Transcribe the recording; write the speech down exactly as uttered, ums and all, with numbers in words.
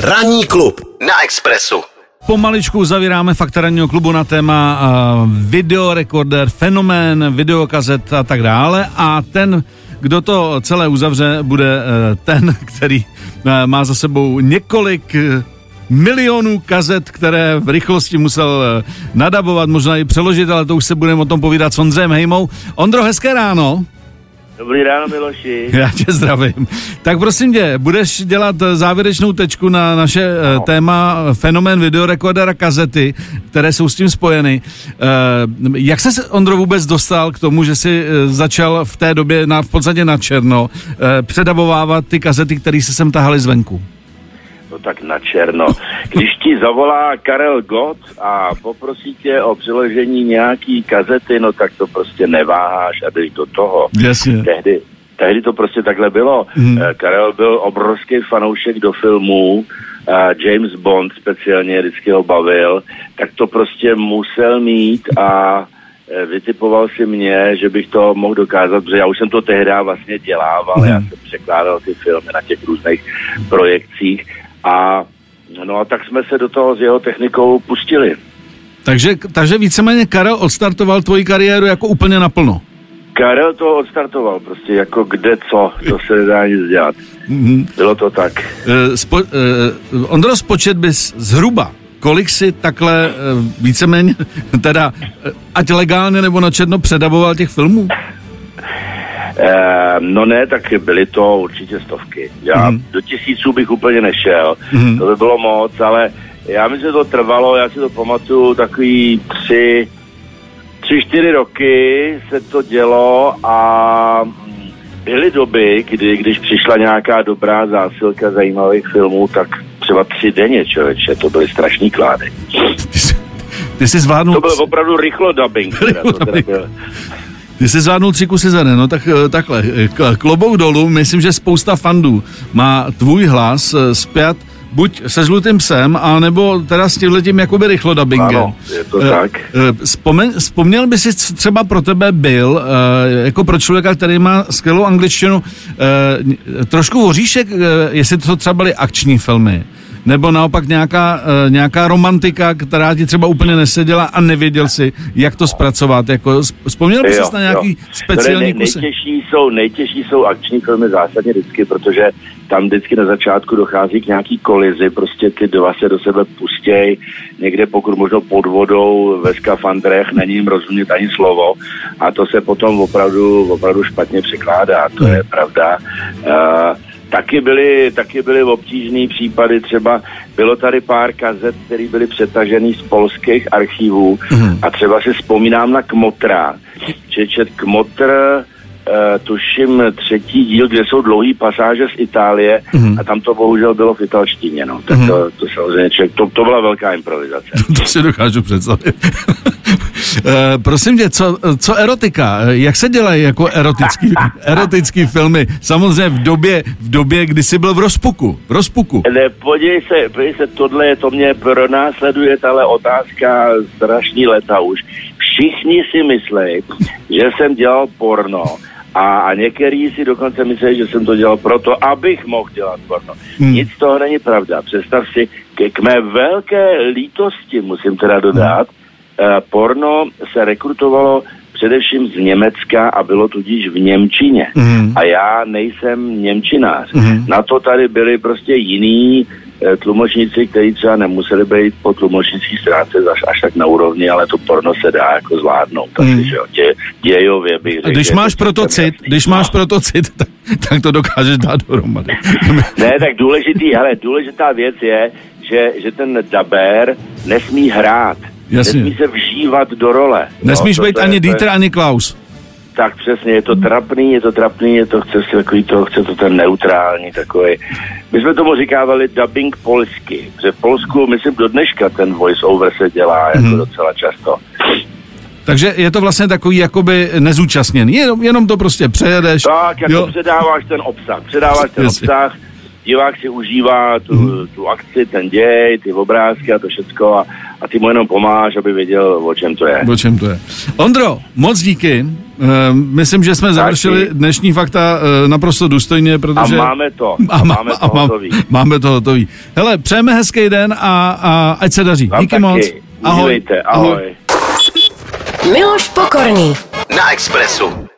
Ranní klub na Expressu. Pomaličku zavíráme Fakta ranního klubu na téma uh, videorekorder, fenomén, videokazet a tak dále. A ten, kdo to celé uzavře, bude uh, ten, který uh, má za sebou několik uh, milionů kazet, které v rychlosti musel uh, nadabovat, možná i přeložit, ale to už se budeme o tom povídat s Ondřejem Hejmou. Ondro, hezké ráno. Dobrý ráno, Miloši. Já tě zdravím. Tak prosím tě, budeš dělat závěrečnou tečku na naše no. téma fenomén videorekordera kazety, které jsou s tím spojeny. Jak ses, Ondro, vůbec dostal k tomu, že jsi začal v té době na, v podstatě na černo předavovávat ty kazety, které se sem tahaly zvenku? No tak na černo. Když ti zavolá Karel Gott a poprosí tě o přeložení nějaký kazety, no tak to prostě neváháš a jdeš do toho. Jasně. Tehdy, tehdy to prostě takhle bylo. Hmm. Karel byl obrovský fanoušek do filmů, James Bond speciálně vždycky ho bavil, tak to prostě musel mít a vytipoval si mě, že bych to mohl dokázat, protože já už jsem to tehdy vlastně dělával, hmm. já jsem překládal ty filmy na těch různých projekcích. A no a tak jsme se do toho s jeho technikou pustili. Takže, takže víceméně Karel odstartoval tvoji kariéru jako úplně naplno. Karel to odstartoval prostě jako kde co, to se nedá nic dělat. Mm-hmm. Bylo to tak. Uh, spo, uh, Ondro, spočet bys zhruba, kolik si takhle uh, víceméně, teda uh, ať legálně nebo na černo předavoval těch filmů? Eh, no ne, tak byly to určitě stovky. Já mm. do tisíců bych úplně nešel, mm. to by bylo moc, ale já myslím, že to trvalo, já si to pamatuju, takový tři, tři, čtyři roky se to dělo a byly doby, kdy, když přišla nějaká dobrá zásilka zajímavých filmů, tak třeba tři denně, člověče, to byly strašný klády. Ty jsi zvládnul... To byl opravdu rychlo dubbing. Rychlo teda, to teda byl... Ty jsi zvládnul tři kusy za den, no tak takhle, klobouk dolů, myslím, že spousta fandů má tvůj hlas zpět buď se Žlutým psem, anebo teda s tímhletím jakoby rychlo dubbingem. Ano, je to tak. Vzpomen, vzpomněl by si třeba pro tebe byl, jako pro člověka, který má skvělou angličtinu, trošku voříšek, jestli to třeba byly akční filmy, nebo naopak nějaká, uh, nějaká romantika, která ti třeba úplně neseděla a nevěděl si, jak to zpracovat. Jako, vzpomněl bys si na nějaký jo. speciální nej, kusy? Nejtěžší jsou, nejtěžší jsou akční filmy zásadně vždycky, protože tam vždycky na začátku dochází k nějaký kolizi, prostě ty dva se do sebe pustěj, někde pokud možno pod vodou ve skafandrech, není jim rozumět ani slovo a to se potom opravdu, opravdu špatně překládá, to hmm. je pravda. Uh, Taky byly, taky byly obtížný případy, třeba bylo tady pár kazet, které byly přetažený z polských archivů mm. a třeba si vzpomínám na Kmotra. Čečet Kmotr, uh, tuším třetí díl, kde jsou dlouhý pasáže z Itálie mm. a tam to bohužel bylo v italštině, no. Tak mm. to, to samozřejmě člověk, to, to byla velká improvizace. To si dokážu představit. Uh, prosím tě, co, co erotika? Jak se dělají jako erotický, erotický filmy? Samozřejmě v době, v době, kdy jsi byl v rozpuku. V rozpuku. Ne, podívej se, podívej se, tohle, to mě pronásleduje tahle otázka strašný leta už. Všichni si myslí, že jsem dělal porno. A, a některý si dokonce myslí, že jsem to dělal proto, abych mohl dělat porno. Hmm. Nic z toho není pravda. Představ si, k, k mé velké lítosti, musím teda dodat, hmm. Uh, porno se rekrutovalo především z Německa a bylo tudíž v němčině. Mm. A já nejsem němčinář. Mm. Na to tady byli prostě jiní uh, tlumočníci, kteří třeba nemuseli být po tlumočnický stránce až, až tak na úrovni, ale to porno se dá jako zvládnout. Mm. Takže Dě, dějově bych řekl. Když máš proto cit, když máš proto cit, tak, tak to dokážeš dát dohromady. Ne, tak důležitý, hele, důležitá věc je, že, že ten dabér nesmí hrát. Jasně. Nesmí se vžívat do role. Nesmíš no, být ani Dieter, ani Klaus. Tak přesně, je to trapný, je to trapný, je to, chce si takový to, chce to ten neutrální takový. My jsme tomu říkávali dubbing polsky, protože v Polsku, myslím, do dneška ten voice-over se dělá jako hmm. docela často. Takže je to vlastně takový jakoby nezúčastněný, jenom, jenom to prostě přejedeš. Tak, jako jo. předáváš ten obsah, předáváš ten Jasně. obsah, divák si užívá tu, hmm. tu akci, ten děj, ty obrázky a to všecko a, a ty mu jenom pomáháš, aby věděl, o čem to je. O čem to je. Ondro, moc díky. Uh, myslím, že jsme tak završili dnešní fakta uh, naprosto důstojně, protože... A máme to. A, a máme to hotový. Máme to hotový. Hele, přejeme hezký den a, a ať se daří. Vám díky taky. moc. Ahoj. Ahoj. Miloš Pokorný. Na Expressu.